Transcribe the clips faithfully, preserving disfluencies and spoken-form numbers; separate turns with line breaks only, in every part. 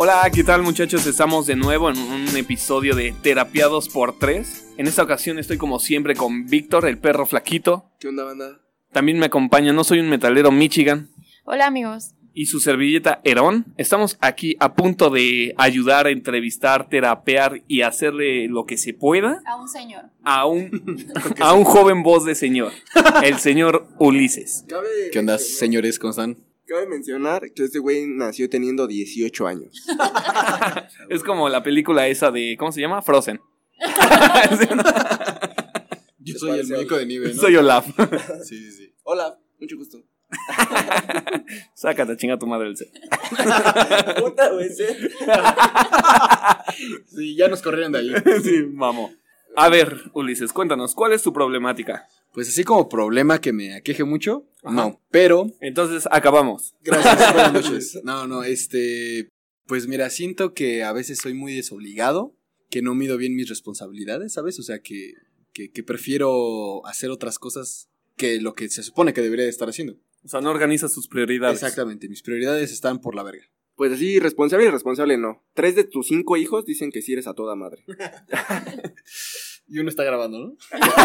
Hola, ¿qué tal muchachos? Estamos de nuevo en un episodio de Terapiados por tres. En esta ocasión estoy como siempre con Víctor, el perro flaquito.
¿Qué onda, banda?
También me acompaña No Soy un Metalero, Michigan.
Hola amigos.
Y su servilleta Herón. Estamos aquí a punto de ayudar a entrevistar, terapear y hacerle lo que se pueda
A un señor.
a un, a un joven voz de señor, el señor Ulises.
Cabe
¿Qué onda,
mencionar-
señores? ¿Cómo están?
Cabe mencionar que este güey nació teniendo dieciocho años.
Es como la película esa de, ¿cómo se llama? Frozen.
Yo soy el médico de nieve, ¿no?
Soy Olaf.
Sí, sí, sí.
Hola, mucho gusto.
Sácate, chinga tu madre el set.
Puta, güey, ¿sí?
Sí, ya nos corrieron de ahí.
Sí, vamos. A ver, Ulises, cuéntanos, ¿cuál es tu problemática?
Pues así como problema que me aqueje mucho,
Ajá.
no, pero...
Entonces, acabamos.
Gracias, buenas noches. No, no, este... Pues mira, siento que a veces soy muy desobligado, que no mido bien mis responsabilidades, ¿sabes? O sea, que, que, que prefiero hacer otras cosas que lo que se supone que debería de estar haciendo.
O sea, no organizas tus prioridades.
Exactamente, mis prioridades están por la verga.
Pues así, responsable y responsable no. Tres de tus cinco hijos dicen que sí eres a toda madre.
Y uno está grabando, ¿no?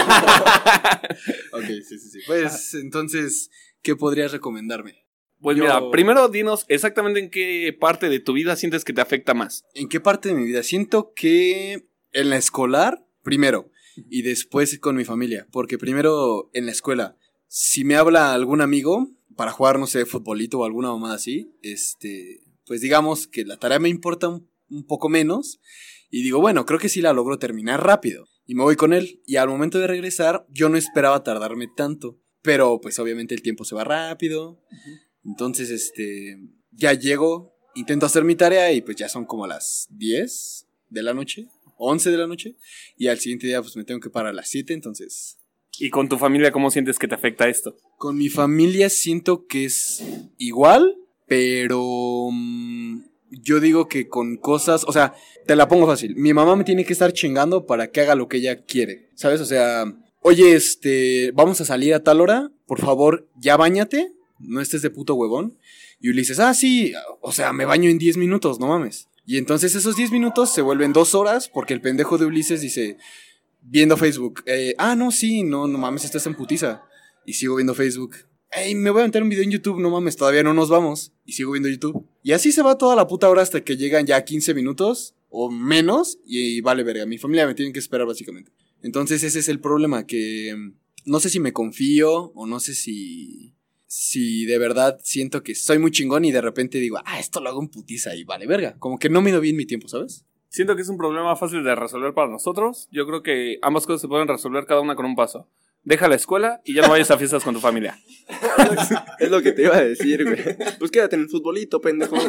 Ok, sí, sí, sí. Pues, entonces, ¿qué podrías recomendarme?
Pues
Yo-
mira, primero dinos exactamente en qué parte de tu vida sientes que te afecta más.
¿En qué parte de mi vida? Siento que en la escolar, primero, y después con mi familia. Porque primero en la escuela, si me habla algún amigo para jugar, no sé, futbolito o alguna mamada así, este, pues digamos que la tarea me importa un, un poco menos. Y digo, bueno, creo que sí la logro terminar rápido. Y me voy con él. Y al momento de regresar, yo no esperaba tardarme tanto. Pero pues obviamente el tiempo se va rápido. Entonces, este, ya llego, intento hacer mi tarea y pues ya son como las diez de la noche, once de la noche. Y al siguiente día pues me tengo que parar a las siete, entonces...
¿Y con tu familia cómo sientes que te afecta esto?
Con mi familia siento que es igual, pero... mm, yo digo que con cosas, o sea, te la pongo fácil. Mi mamá me tiene que estar chingando para que haga lo que ella quiere, ¿sabes? O sea, oye, este, vamos a salir a tal hora, por favor, ya báñate, no estés de puto huevón. Y Ulises, ah, sí, o sea, me baño en diez minutos, no mames. Y entonces esos diez minutos se vuelven dos horas porque el pendejo de Ulises dice, viendo Facebook, eh, ah, no, sí, no, no mames, estás en putiza. Y sigo viendo Facebook. Ey, me voy a meter un video en YouTube, no mames, todavía no nos vamos. Y sigo viendo YouTube. Y así se va toda la puta hora hasta que llegan ya quince minutos o menos y, y vale verga. Mi familia me tiene que esperar básicamente. Entonces ese es el problema, que mm, no sé si me confío o no sé si... Si de verdad siento que soy muy chingón y de repente digo, ah, esto lo hago en putiza y vale verga. Como que no mido bien mi tiempo, ¿sabes?
Siento que es un problema fácil de resolver para nosotros. Yo creo que ambas cosas se pueden resolver cada una con un paso. Deja la escuela y ya no vayas a fiestas con tu familia.
Es lo que te iba a decir, güey. Pues quédate en el futbolito, pendejo.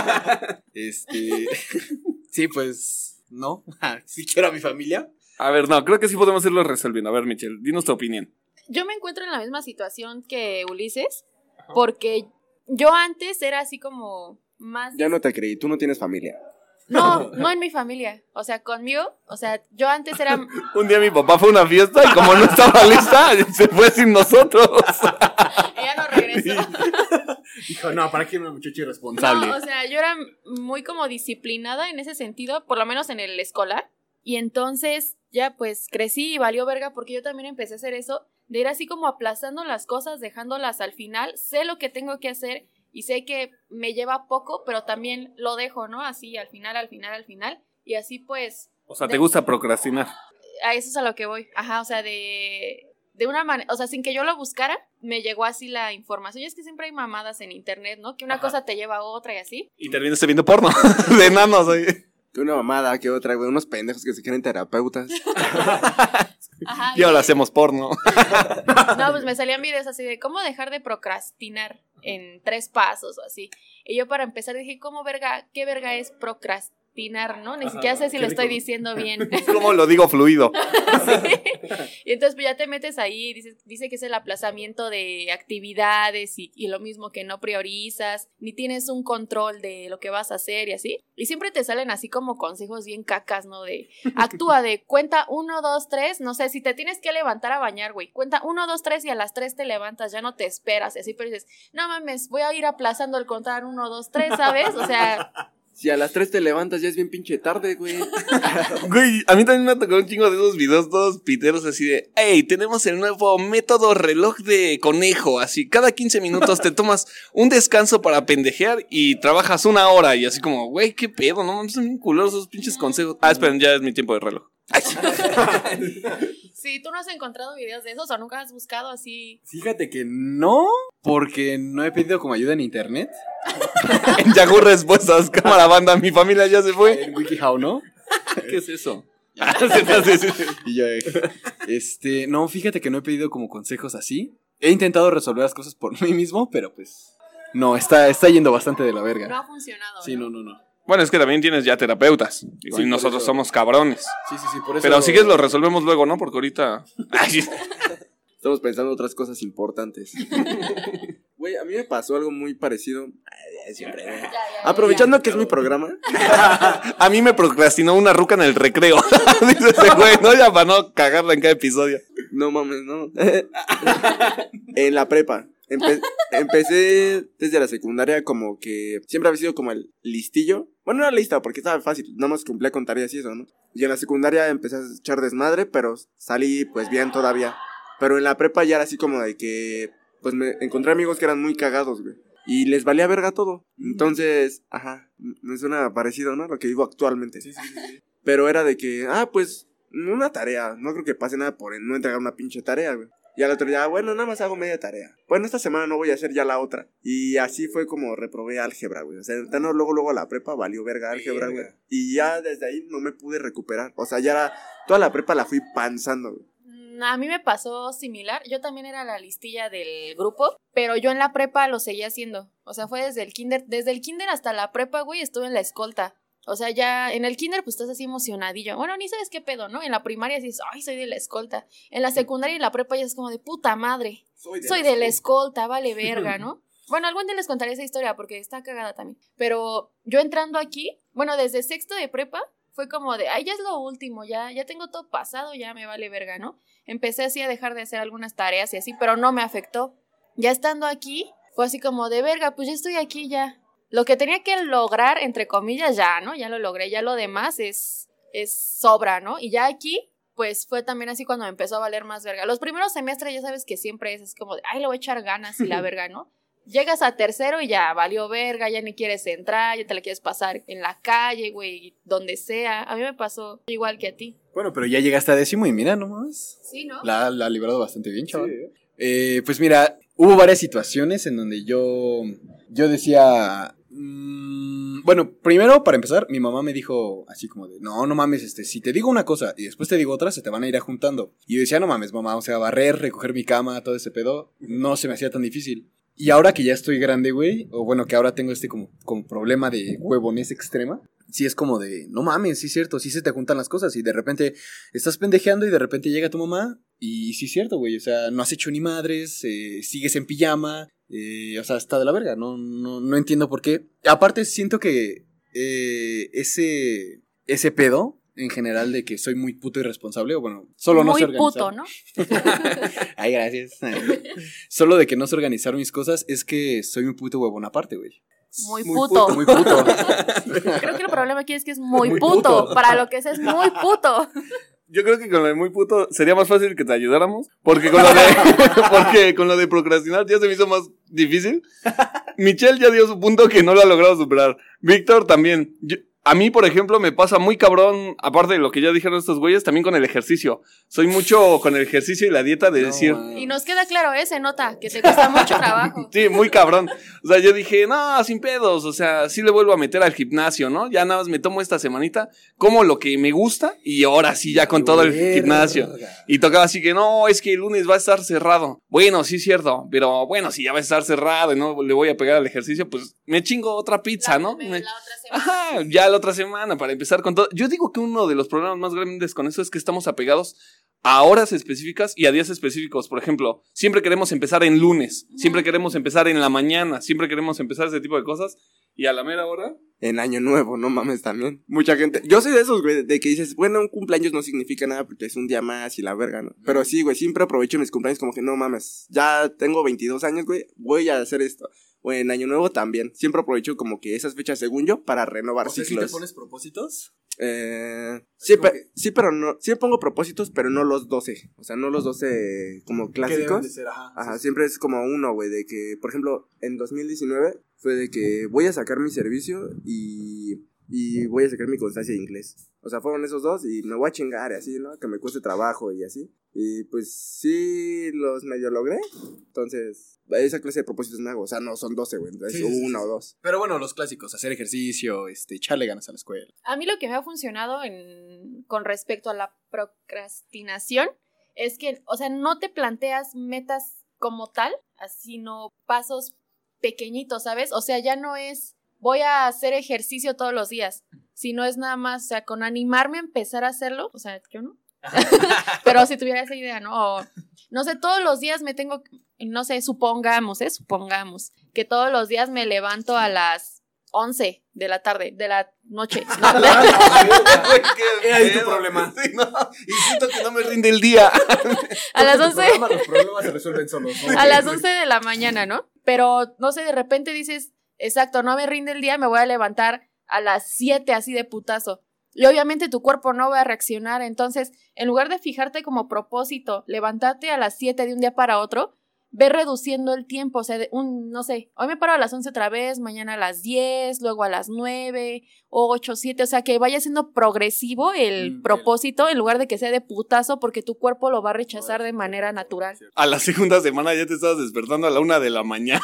Este... sí, pues... No. Si quiero a mi familia.
A ver, no, creo que sí podemos irlo resolviendo. A ver, Michelle, dinos tu opinión.
Yo me encuentro en la misma situación que Ulises, porque yo antes era así como más...
Ya no te creí, tú no tienes familia.
No, no en mi familia, o sea, conmigo, o sea, yo antes era...
Un día mi papá fue a una fiesta y como no estaba lista, se fue sin nosotros.
Ella no regresó.
Dijo, no, ¿para qué una muchacha irresponsable?
No, o sea, yo era muy como disciplinada en ese sentido, por lo menos en el escolar. Y entonces ya pues crecí y valió verga porque yo también empecé a hacer eso, de ir así como aplazando las cosas, dejándolas al final. Sé lo que tengo que hacer y sé que me lleva poco, pero también lo dejo, ¿no? Así al final, al final, al final. Y así pues...
O sea, ¿te
de-
gusta procrastinar?
A eso es a lo que voy. Ajá, o sea, de... De una manera, o sea, sin que yo lo buscara, me llegó así la información. Y es que siempre hay mamadas en internet, ¿no? Que una
Ajá.
cosa te lleva a otra y así.
Y terminaste viendo porno de enanos. oye.
Que una mamada, que otra, güey. Unos pendejos que se creen terapeutas.
Ajá.
Y ahora hacemos porno.
No, pues me salían videos así de cómo dejar de procrastinar en tres pasos o así. Y yo para empezar dije, ¿cómo verga, qué verga es procrastinar, no? Ni
Ajá,
siquiera sé si
qué
lo estoy
rico.
diciendo bien.
¿Cómo lo digo fluido?
Sí. Y entonces pues ya te metes ahí, dice, dice que es el aplazamiento de actividades y, y lo mismo que no priorizas, ni tienes un control de lo que vas a hacer y así. Y siempre te salen así como consejos bien cacas, ¿no? De actúa de cuenta uno, dos, tres, no sé, si te tienes que levantar a bañar, güey, cuenta uno, dos, tres y a las tres te levantas, ya no te esperas y así, pero dices, no mames, voy a ir aplazando el contar uno, dos, tres, ¿sabes? O sea...
Si a las tres te levantas ya es bien pinche tarde, güey.
Güey, a mí también me ha tocado un chingo de esos videos todos piteros así de, hey, tenemos el nuevo método reloj de conejo, así, cada quince minutos te tomas un descanso para pendejear y trabajas una hora y así como, güey, qué pedo, no, son bien culeros esos pinches consejos. Ah, esperen, ya es mi tiempo de reloj.
Sí, ¿tú no has encontrado videos de esos o nunca has buscado así?
Fíjate que no, porque no he pedido como ayuda en internet.
En Yahoo Respuestas, cámara banda, mi familia ya se fue.
En WikiHow, ¿no?
¿Qué es eso?
Y yo, eh, este, no, fíjate que no he pedido como consejos así. He intentado resolver las cosas por mí mismo, pero pues no, está, está yendo bastante de la verga.
No ha funcionado.
Sí, no, no, no.
Bueno, es que también tienes ya terapeutas. Digo,
Sí,
y
por
nosotros
eso.
somos cabrones.
Sí, sí, sí, por eso.
Pero si quieres lo resolvemos luego, ¿no? Porque ahorita... Ay,
Estamos pensando en otras cosas importantes. Güey, a mí me pasó algo muy parecido. Ay, siempre, güey.
Ya, ya, ya,
Aprovechando
ya.
que es mi programa.
a mí me procrastinó una ruca en el recreo. Dice ese güey, ¿no? Ya para no cagarla en cada episodio.
No mames, no. En la prepa. Empe- empecé desde la secundaria como que siempre había sido como el listillo. Bueno, no era lista porque estaba fácil, nada más cumplía con tareas y eso, ¿no? Y en la secundaria empecé a echar desmadre, pero salí pues bien todavía. Pero en la prepa ya era así como de que pues me encontré amigos que eran muy cagados, güey. Y les valía verga todo. Entonces, ajá, me suena parecido, ¿no? Lo que vivo actualmente.
Sí, sí, sí.
Pero era de que, ah, pues, una tarea. No creo que pase nada por no entregar una pinche tarea, güey. Y al otro día, bueno, nada más hago media tarea. Bueno, esta semana no voy a hacer ya la otra. Y así fue como reprobé álgebra, güey. O sea, entrando luego, luego a la prepa, valió verga álgebra, güey. Y ya desde ahí no me pude recuperar. O sea, ya era, toda la prepa la fui panzando, güey.
Mm, A mí me pasó similar. Yo también era la listilla del grupo, pero yo en la prepa lo seguía haciendo. O sea, fue desde el kinder, desde el kinder hasta la prepa, güey, estuve en la escolta. O sea, ya en el kinder pues estás así emocionadillo. Bueno, ni sabes qué pedo, ¿no? En la primaria dices, ay, soy de la escolta. En la secundaria y en la prepa ya es como de puta madre.
Soy de,
Soy de la escolta, vale verga, ¿no? Bueno, algún día les contaré esa historia porque está cagada también. Pero yo entrando aquí, bueno, desde sexto de prepa, fue como de, ay, ya es lo último, ya, ya tengo todo pasado, ya me vale verga, ¿no? Empecé así a dejar de hacer algunas tareas y así, pero no me afectó. Ya estando aquí, fue así como de verga, pues ya estoy aquí ya. Lo que tenía que lograr, entre comillas, ya, ¿no? Ya lo logré, ya lo demás es, es sobra, ¿no? Y ya aquí, pues fue también así cuando me empezó a valer más verga. Los primeros semestres ya sabes que siempre es así como de, ay, le voy a echar ganas y la verga, ¿no? Llegas a tercero y ya valió verga, ya ni quieres entrar, ya te la quieres pasar en la calle, güey, donde sea. A mí me pasó igual que a ti.
Bueno, pero ya llegaste a décimo y mira nomás.
Sí, ¿no?
La, la ha librado bastante bien, chaval. Sí. Eh, pues mira, hubo varias situaciones en donde yo, yo decía... Mmm, bueno, primero, para empezar, mi mamá me dijo así como de, no, no mames, este, si te digo una cosa y después te digo otra, se te van a ir juntando. Y yo decía, no mames, mamá, o sea, barrer, recoger mi cama, todo ese pedo, no se me hacía tan difícil. Y ahora que ya estoy grande, güey, o bueno, que ahora tengo este como, como problema de huevonés extrema, sí es como de, no mames, sí es cierto, sí se te juntan las cosas y de repente estás pendejeando y de repente llega tu mamá y sí es cierto, güey, o sea, no has hecho ni madres, eh, sigues en pijama, eh, o sea, está de la verga, no, no, no entiendo por qué. Aparte siento que eh, ese, ese pedo, en general, de que soy muy puto irresponsable, o bueno, solo
muy
no sé organizar.
Muy puto, ¿no?
Ay, gracias. Solo de que no sé organizar mis cosas, es que soy un puto huevón aparte, güey.
Muy,
muy
puto.
puto. Muy puto.
Creo que el problema aquí es que es muy,
Muy
puto.
puto.
Para lo que es, es muy puto.
Yo creo que con lo de muy puto sería más fácil que te ayudáramos. Porque con lo de, porque con lo de procrastinar ya se me hizo más difícil. Michelle ya dio su punto que no lo ha logrado superar. Víctor también. Yo, a mí, por ejemplo, me pasa muy cabrón, aparte de lo que ya dijeron estos güeyes, también con el ejercicio. Soy mucho con el ejercicio y la dieta de
No,
decir...
man.
Y nos queda claro, ¿eh? Se nota que te cuesta mucho trabajo.
Sí, muy cabrón. O sea, yo dije, no, sin pedos. O sea, sí le vuelvo a meter al gimnasio, ¿no? Ya nada más me tomo esta semanita, como lo que me gusta y ahora sí ya con todo el gimnasio. Y tocaba así que, no, es que el lunes va a estar cerrado. Bueno, sí es cierto, pero bueno, si ya va a estar cerrado y no le voy a pegar al ejercicio, pues me chingo otra pizza,
la,
¿no?
La
Me...
otra semana.
Ajá, ya la otra semana para empezar con todo. Yo digo que uno de los problemas más grandes con eso es que estamos apegados a horas específicas y a días específicos. Por ejemplo, siempre queremos empezar en lunes, siempre queremos empezar en la mañana, siempre queremos empezar ese tipo de cosas y a la mera hora...
En año nuevo, no mames también. Mucha gente, yo soy de esos, güey, de que dices, bueno, un cumpleaños no significa nada porque es un día más y la verga, ¿no? Pero sí, güey, siempre aprovecho mis cumpleaños como que no mames, ya tengo veintidós años, güey, voy a hacer esto. o en Año Nuevo también. Siempre aprovecho como que esas fechas, según yo, para renovar
O sea, ¿sí
ciclos.
te pones propósitos?
Eh,
Es
sí,
como
pe-
que-
sí, pero no, sí pongo propósitos, pero no los doce. O sea, no los doce como
¿Qué deben de
clásicos.
ser? Ajá.
Ajá,
sí, sí.
siempre es como uno, güey, de que, por ejemplo, en dos mil diecinueve fue de que voy a sacar mi servicio y, y voy a sacar mi constancia de inglés. O sea, fueron esos dos y me voy a chingar y así, ¿no? Que me cueste trabajo y así. Y pues sí, los medio logré. Entonces, esa clase de propósitos me hago. O sea, no son doce, güey. Es
Sí, sí, sí,
uno
sí.
o dos.
Pero bueno, los clásicos, hacer ejercicio, este, echarle ganas a la escuela.
A mí lo que me ha funcionado en, con respecto a la procrastinación es que, o sea, no te planteas metas como tal, sino pasos pequeñitos, ¿sabes? O sea, ya no es voy a hacer ejercicio todos los días, sino es nada más, o sea, con animarme a empezar a hacerlo, o sea, yo no. Pero si tuviera esa idea, ¿no? O, no sé, todos los días me tengo, no sé, supongamos, ¿eh? Supongamos que todos los días me levanto a las once de la tarde, de la noche. ¿no?
Era ahí tu problema.
Sí, no, y siento que no me rinde el día.
A las
Tu
once.
programa, los problemas se resuelven solos, ¿no?
A las once de la mañana, ¿no? Pero, no sé, de repente dices, exacto, no me rinde el día, me voy a levantar a las siete así de putazo. Y obviamente tu cuerpo no va a reaccionar. Entonces, en lugar de fijarte como propósito, levantarte a las siete de un día para otro, ve reduciendo el tiempo. O sea, de un, no sé, hoy me paro a las once otra vez, mañana a las diez, luego a las nueve, ocho, siete. O sea, que vaya siendo progresivo el
Mm,
propósito en lugar de que sea de putazo, porque tu cuerpo lo va a rechazar de manera natural.
A la segunda semana ya te estabas despertando a la una de la mañana.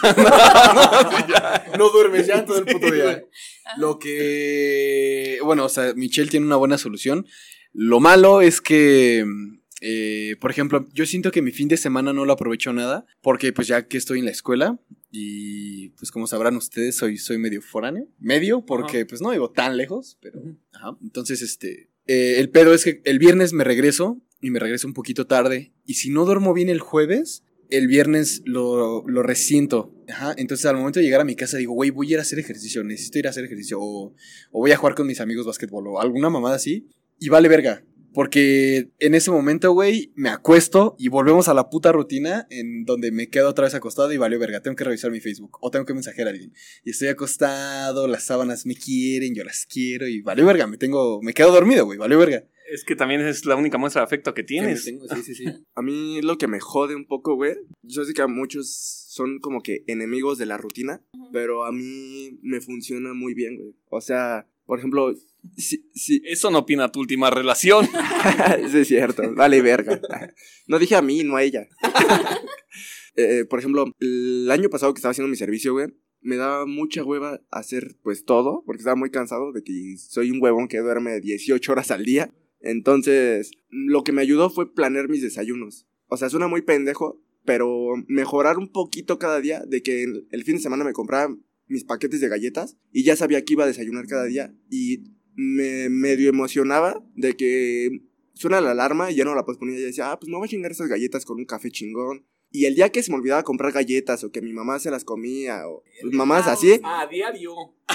No duermes ya todo el puto
Sí,
día.
güey.
Lo que... Bueno, o sea, Michelle tiene una buena solución. Lo malo es que... Eh, por ejemplo, yo siento que mi fin de semana no lo aprovecho nada, porque pues ya que estoy en la escuela y pues como sabrán ustedes, soy, soy medio foráneo, medio, porque
Ajá.
pues no vivo tan lejos, pero ajá. Entonces este, eh, el pedo es que el viernes me regreso y me regreso un poquito tarde y si no duermo bien el jueves, el viernes lo, lo resiento, ajá. Entonces al momento de llegar a mi casa digo, güey, voy a ir a hacer ejercicio, necesito ir a hacer ejercicio o, o voy a jugar con mis amigos básquetbol o alguna mamada así y vale verga. Porque en ese momento, güey, me acuesto y volvemos a la puta rutina en donde me quedo otra vez acostado y valió verga. Tengo que revisar mi Facebook o tengo que mensajear a alguien. Y estoy acostado, las sábanas me quieren, yo las quiero y valió verga. Me tengo, me quedo dormido, güey, valió verga.
Es que también es la única muestra de afecto que tienes.
Que me tengo- Sí, sí, sí.
A mí lo que me jode un poco, güey, yo sé que a muchos son como que enemigos de la rutina, pero a mí me funciona muy bien, güey. O sea, por ejemplo, si, si...
Eso no opina tu última relación.
Eso es cierto, vale verga. No dije a mí, no a ella. eh, por ejemplo, el año pasado que estaba haciendo mi servicio, güey, me daba mucha hueva hacer pues todo, porque estaba muy cansado de que soy un huevón que duerme dieciocho horas al día. Entonces, lo que me ayudó fue planear mis desayunos. O sea, suena muy pendejo, pero mejorar un poquito cada día, de que el, el fin de semana me compraba mis paquetes de galletas y ya sabía que iba a desayunar cada día y me medio emocionaba de que suena la alarma y ya no la posponía y decía, ah, pues me voy a chingar esas galletas con un café chingón. Y el día que se me olvidaba comprar galletas o que mi mamá se las comía o pues, mamás así,
Ah, diario.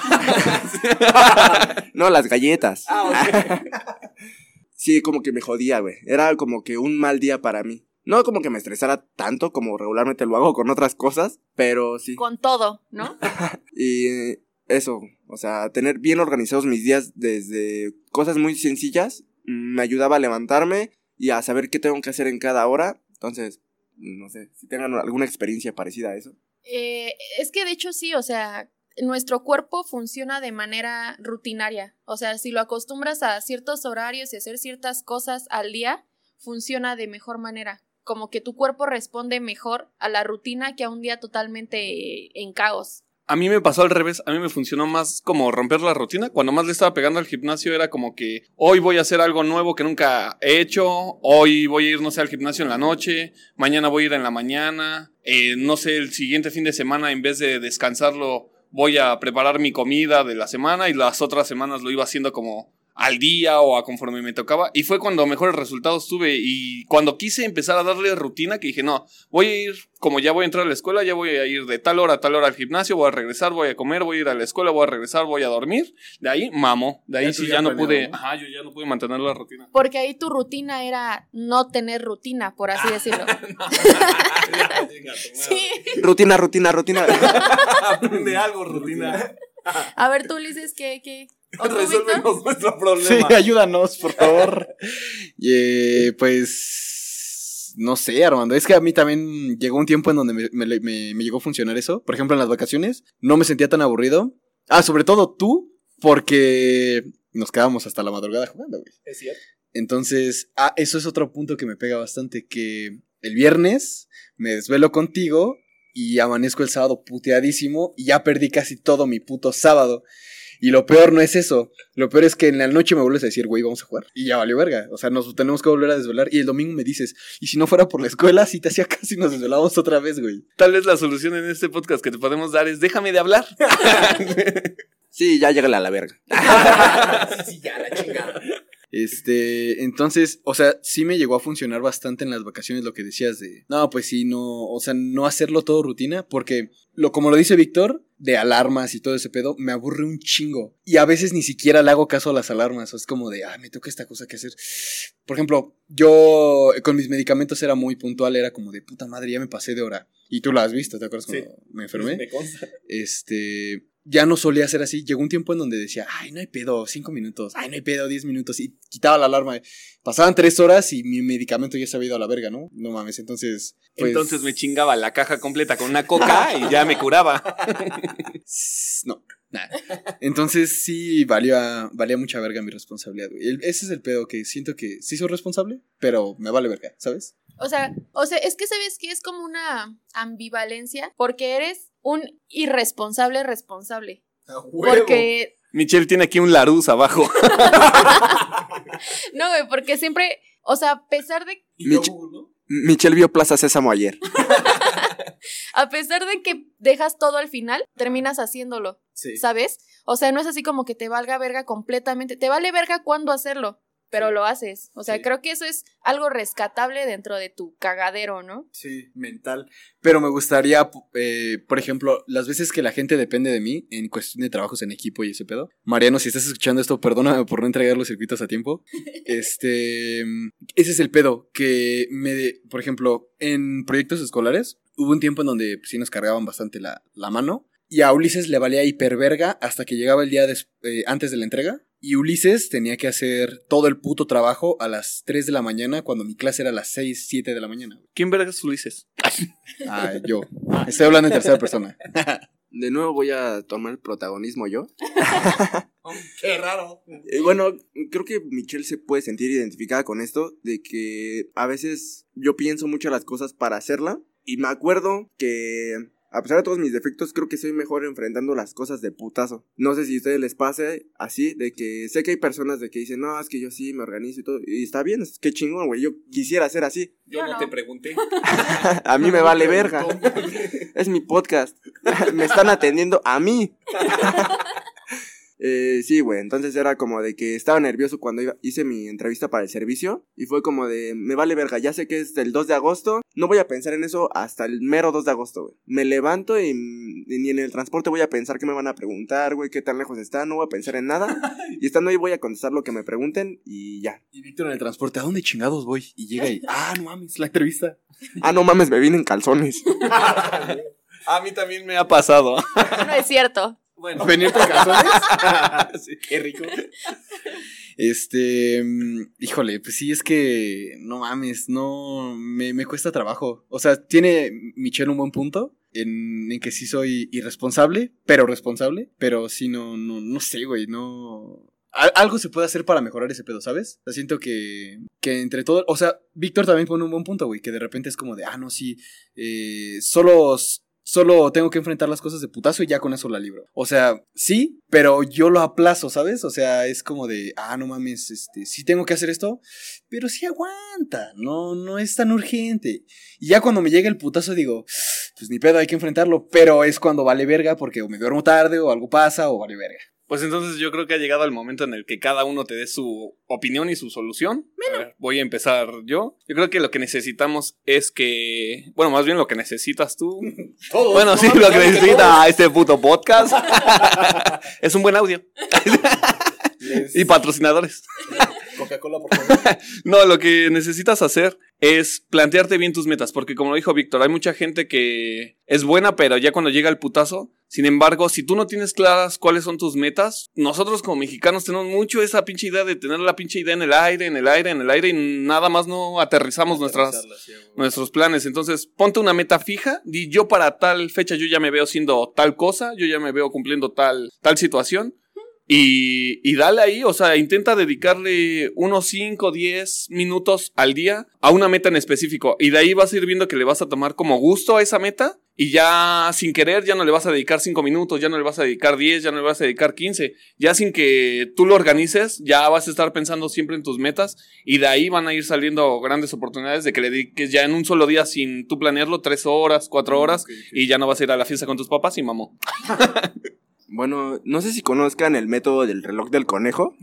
no, las galletas.
Ah, ok.
Sí, como que me jodía, güey. Era como que un mal día para mí. No como que me estresara tanto como regularmente lo hago con otras cosas, pero sí.
Con todo, ¿no?
Y eh, eso, o sea, tener bien organizados mis días desde cosas muy sencillas mm, me ayudaba a levantarme y a saber qué tengo que hacer en cada hora. Entonces, no sé, si tengan alguna experiencia parecida a eso.
Eh, es que de hecho sí, o sea, nuestro cuerpo funciona de manera rutinaria. O sea, si lo acostumbras a ciertos horarios y hacer ciertas cosas al día, funciona de mejor manera. Como que tu cuerpo responde mejor a la rutina que a un día totalmente en caos.
A mí me pasó al revés, a mí me funcionó más como romper la rutina. Cuando más le estaba pegando al gimnasio era como que hoy voy a hacer algo nuevo que nunca he hecho, hoy voy a ir, no sé, al gimnasio en la noche, mañana voy a ir en la mañana, eh, no sé, el siguiente fin de semana en vez de descansarlo voy a preparar mi comida de la semana y las otras semanas lo iba haciendo como al día o a conforme me tocaba. Y fue cuando mejores resultados tuve. Y cuando quise empezar a darle rutina, que dije, no, voy a ir, como ya voy a entrar a la escuela, ya voy a ir de tal hora a tal hora al gimnasio, voy a regresar, voy a comer, voy a ir a la escuela, voy a regresar, voy a dormir. De ahí, mamo. De ahí
Ya tú
sí
ya
ya no
planeado,
pude,
¿no?
ajá, yo ya no pude mantener la rutina.
Porque ahí tu rutina era no tener rutina, por así decirlo. Sí.
Rutina, rutina, rutina.
Aprende algo, rutina.
A ver, tú, Ulises, ¿qué? qué? ¿O tú, Víctor?
Resuélvenos nuestro problema.
Sí, ayúdanos, por favor. Y, eh, pues, no sé, Armando. Es que a mí también llegó un tiempo en donde me, me, me, me llegó a funcionar eso. Por ejemplo, en las vacaciones no me sentía tan aburrido. Ah, sobre todo tú, porque nos quedábamos hasta la madrugada jugando, güey.
Es cierto.
Entonces, ah, eso es otro punto que me pega bastante, que el viernes me desvelo contigo y amanezco el sábado puteadísimo y ya perdí casi todo mi puto sábado. Y lo peor no es eso, lo peor es que en la noche me vuelves a decir, güey, vamos a jugar. Y ya valió verga, o sea, nos tenemos que volver a desvelar. Y el domingo me dices, y si no fuera por la escuela, si te hacía casi nos desvelamos otra vez, güey.
Tal vez la solución en este podcast que te podemos dar es déjame de hablar.
Sí, ya llégale a la verga.
Sí, ya la chingada. Este, entonces, o sea, sí me llegó a funcionar bastante en las vacaciones lo que decías de, no, pues sí, no, o sea, no hacerlo todo rutina, porque, lo, como lo dice Víctor, de alarmas y todo ese pedo, me aburre un chingo, y a veces ni siquiera le hago caso a las alarmas, o es como de, ah, me toca esta cosa que hacer. Por ejemplo, yo con mis medicamentos era muy puntual, era como de, puta madre, ya me pasé de hora, y tú lo has visto, ¿te acuerdas cuando
Sí.
me enfermé?
Me consta.
Este, ya no solía ser así. Llegó un tiempo en donde decía, ay, no hay pedo, cinco minutos, ay, no hay pedo, diez minutos, y quitaba la alarma. Pasaban tres horas y mi medicamento ya se había ido a la verga, ¿no? No mames, entonces, pues,
Entonces me chingaba la caja completa con una coca y ya me curaba.
no, nada. Entonces sí valía, valía mucha verga mi responsabilidad, güey. El- Ese es el pedo, que siento que sí soy responsable, pero me vale verga, ¿sabes?
O sea, o sea, es que sabes que es como una ambivalencia, porque eres un irresponsable responsable. Porque,
Michelle tiene aquí un Larus abajo.
no, güey, porque siempre, o sea, a pesar de,
Mich- Michelle vio Plaza Sésamo ayer.
a pesar de que dejas todo al final, terminas haciéndolo,
Sí.
¿sabes? O sea, no es así como que te valga verga completamente, te vale verga cuándo hacerlo, pero lo haces. O sea,
Sí.
creo que eso es algo rescatable dentro de tu cagadero, ¿no?
Sí, mental. Pero me gustaría, eh, por ejemplo, las veces que la gente depende de mí en cuestión de trabajos en equipo y ese pedo. Mariano, si estás escuchando esto, perdóname por no entregar los circuitos a tiempo. Este, ese es el pedo, que me, por ejemplo, en proyectos escolares, hubo un tiempo en donde pues, sí nos cargaban bastante la, la mano. Y a Ulises le valía hiperverga hasta que llegaba el día des- eh, antes de la entrega. Y Ulises tenía que hacer todo el puto trabajo a las tres de la mañana cuando mi clase era a las seis, siete de la mañana.
¿Quién vergas Ulises?
Ah, yo. Estoy hablando en tercera persona.
De nuevo voy a tomar el protagonismo yo.
Qué raro.
Eh, bueno, creo que Michelle se puede sentir identificada con esto, de que a veces yo pienso mucho las cosas para hacerla. Y me acuerdo que, a pesar de todos mis defectos, creo que soy mejor enfrentando las cosas de putazo. No sé si a ustedes les pase así, de que sé que hay personas de que dicen, no, es que yo sí me organizo y todo. Y está bien, es que chingón, güey, yo quisiera ser así.
Yo
Yo
no
no.
te pregunté.
A mí me vale verga. Es mi podcast. Me están atendiendo a mí. Eh, sí, güey, entonces era como de que estaba nervioso cuando iba- hice mi entrevista para el servicio. Y fue como de, me vale verga, ya sé que es el dos de agosto. No voy a pensar en eso hasta el mero dos de agosto, güey. Me levanto y, y ni en el transporte voy a pensar qué me van a preguntar, güey, qué tan lejos está. No voy a pensar en nada. Y estando ahí voy a contestar lo que me pregunten y ya.
Y Víctor en el transporte, ¿a dónde chingados voy? Y llega y, ah, no mames, la entrevista.
Ah, no mames, me vine en calzones.
A mí también me ha pasado.
No es cierto.
Bueno.
¿Venirte en calzones?
Sí, qué rico.
Este, mm, híjole, pues sí, es que, no mames, no, me, me cuesta trabajo. O sea, tiene Michelle un buen punto en, en que sí soy irresponsable, pero responsable. Pero sí, no, no, no sé, güey, no... Al- Algo se puede hacer para mejorar ese pedo, ¿sabes? O sea, siento que, que entre todo... O sea, Víctor también pone un buen punto, güey, que de repente es como de, ah, no, sí, eh, solo... Solo tengo que enfrentar las cosas de putazo y ya con eso la libro. O sea, sí, pero yo lo aplazo, ¿sabes? O sea, es como de, ah, no mames, este, sí tengo que hacer esto, pero sí aguanta, no, no es tan urgente. Y ya cuando me llega el putazo digo, pues ni pedo, hay que enfrentarlo, pero es cuando vale verga porque o me duermo tarde o algo pasa o vale verga.
Pues entonces yo creo que ha llegado el momento en el que cada uno te dé su opinión y su solución. A ver, voy a empezar yo. Yo creo que lo que necesitamos es que... Bueno, más bien lo que necesitas tú.
Todos,
Bueno,
no,
sí,
no,
lo que
no,
necesita no. este puto podcast. Es un buen audio.
Les-
Y patrocinadores.
Coca-Cola, por favor.
No, lo que necesitas hacer es plantearte bien tus metas, porque como lo dijo Víctor, hay mucha gente que es buena, pero ya cuando llega el putazo, sin embargo, si tú no tienes claras cuáles son tus metas, nosotros como mexicanos tenemos mucho esa pinche idea de tener la pinche idea en el aire, en el aire, en el aire, y nada más no aterrizamos nuestras, nuestros planes. Entonces, ponte una meta fija, di yo para tal fecha yo ya me veo siendo tal cosa, yo ya me veo cumpliendo tal, tal situación. Y, y dale ahí, o sea, intenta dedicarle unos cinco, diez minutos al día a una meta en específico. Y de ahí vas a ir viendo que le vas a tomar como gusto a esa meta. Y ya sin querer ya no le vas a dedicar cinco minutos, ya no le vas a dedicar diez, ya no le vas a dedicar quince. Ya sin que tú lo organices, ya vas a estar pensando siempre en tus metas. Y de ahí van a ir saliendo grandes oportunidades de que le dediques ya en un solo día sin tú planearlo tres horas, cuatro horas. Okay, okay. Y ya no vas a ir a la fiesta con tus papás y mamó.
Bueno, no sé si conozcan el método del reloj del conejo.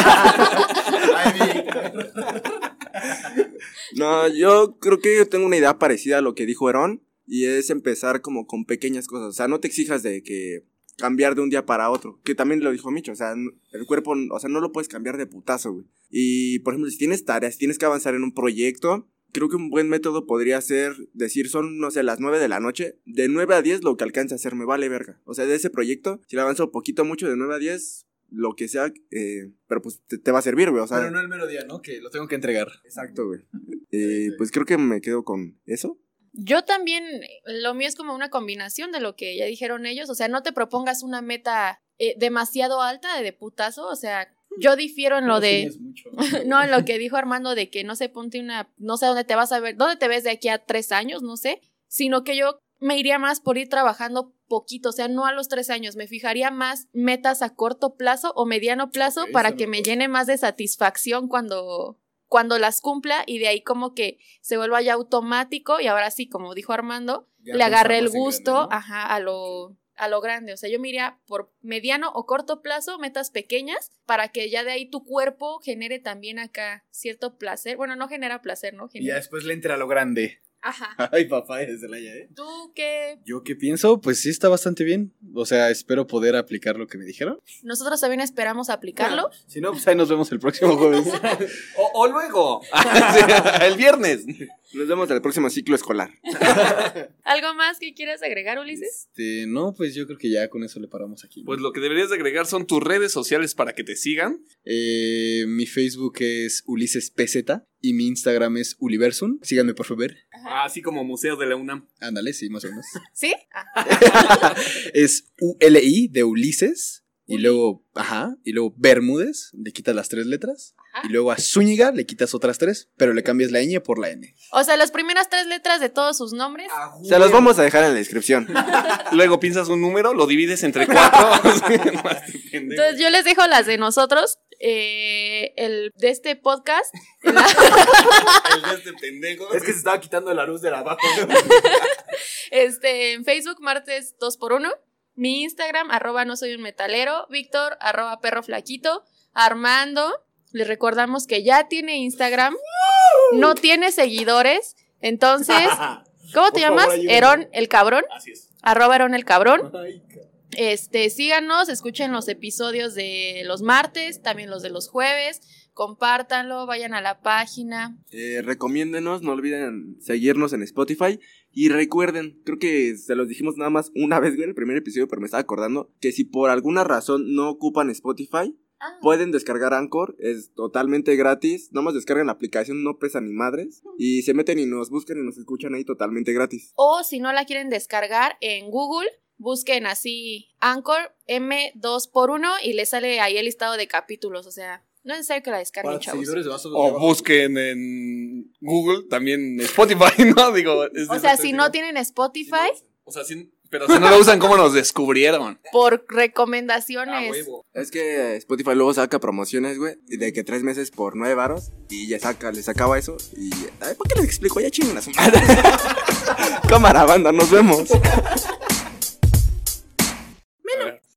No, yo creo que yo tengo una idea parecida a lo que dijo Herón. Y es empezar como con pequeñas cosas. O sea, no te exijas de que cambiar de un día para otro. Que también lo dijo Micho. O sea, el cuerpo, o sea, no lo puedes cambiar de putazo, güey. Y, por ejemplo, si tienes tareas, si tienes que avanzar en un proyecto, creo que un buen método podría ser decir, son, no sé, las nueve de la noche. De nueve a diez lo que alcance a hacer me vale verga. O sea, de ese proyecto, si le avanzo poquito mucho de nueve a diez, lo que sea, eh, pero pues te, te va a servir, güey. O sea,
pero no el mero día, ¿no? Que lo tengo que entregar.
Exacto, güey. Eh, pues creo que me quedo con eso.
Yo también, lo mío es como una combinación de lo que ya dijeron ellos. O sea, no te propongas una meta eh, demasiado alta de, de putazo. O sea, yo difiero en lo de... Mucho, ¿no? No, en lo que dijo Armando de que no se ponte una... No sé dónde te vas a ver, dónde te ves de aquí a tres años, no sé. Sino que yo me iría más por ir trabajando poquito. O sea, no a los tres años. Me fijaría más metas a corto plazo o mediano plazo, okay, para que me llene más de satisfacción cuando... cuando las cumpla, y de ahí como que se vuelva ya automático, y ahora sí, como dijo Armando, ya le agarré el gusto, grande, ¿no? Ajá, a lo, a lo grande. O sea, yo me iría por mediano o corto plazo, metas pequeñas, para que ya de ahí tu cuerpo genere también acá cierto placer. Bueno, no genera placer, ¿no? Genera...
Y ya después le entra a lo grande.
Ajá.
Ay, papá, eres de la ya, ¿eh?
¿Tú qué?
¿Yo qué pienso? Pues sí, está bastante bien. O sea, espero poder aplicar lo que me dijeron.
Nosotros también esperamos aplicarlo.
Ah, si no, pues ahí nos vemos el próximo jueves.
o, o luego. El viernes.
Nos vemos en el próximo ciclo escolar.
¿Algo más que quieras agregar, Ulises?
Este, no, pues yo creo que ya con eso le paramos aquí.
Pues lo que deberías de agregar son tus redes sociales para que te sigan.
Eh, mi Facebook es Ulises P Z y mi Instagram es Uliversum. Síganme, por favor.
Ajá. Así como Museo de la UNAM.
Ándale, sí, más o menos.
¿Sí? Ah.
Es U L I de Ulises. Y luego, ajá, y luego Bermúdez, le quitas las tres letras. Ajá. Y luego a Zúñiga le quitas otras tres, pero le cambias la ñ por la N.
O sea, las primeras tres letras de todos sus nombres.
Ah, se los vamos a dejar en la descripción.
Luego piensas un número, lo divides entre cuatro.
Entonces yo les dejo las de nosotros. Eh, el de este podcast.
El de este pendejo.
Es que se estaba quitando la luz de la abajo.
Este, en Facebook, martes dos por uno. Mi Instagram, arroba no soy un metalero. Víctor, arroba perro flaquito. Armando, les recordamos que ya tiene Instagram. No tiene seguidores. Entonces, ¿cómo te llamas? Herón el cabrón.
Así es.
Arroba Herón el cabrón. Este, síganos, escuchen los episodios de los martes, también los de los jueves. Compártanlo, vayan a la página.
Eh, recomiéndenos, no olviden seguirnos en Spotify. Y recuerden, creo que se los dijimos nada más una vez, güey, en el primer episodio, pero me estaba acordando que si por alguna razón no ocupan Spotify, ah. pueden descargar Anchor, es totalmente gratis. Nomás descargan la aplicación, no pesa ni madres. Y se meten y nos buscan y nos escuchan ahí totalmente gratis.
O si no la quieren descargar en Google, busquen así Anchor M dos por uno y les sale ahí el listado de capítulos, o sea... No es necesario que la descarguen, chavos.
O busquen en Google también Spotify, ¿no? Digo, es
o sea, si no tienen Spotify.
Si no, o sea, si, pero si no lo usan, ¿cómo nos descubrieron?
Por recomendaciones.
Ah, es que Spotify luego saca promociones, güey, de que tres meses por nueve varos y ya saca, les acaba eso. Y, ay, ¿por qué les explico? Ya chinguen a su madre. Cámara, banda, nos vemos.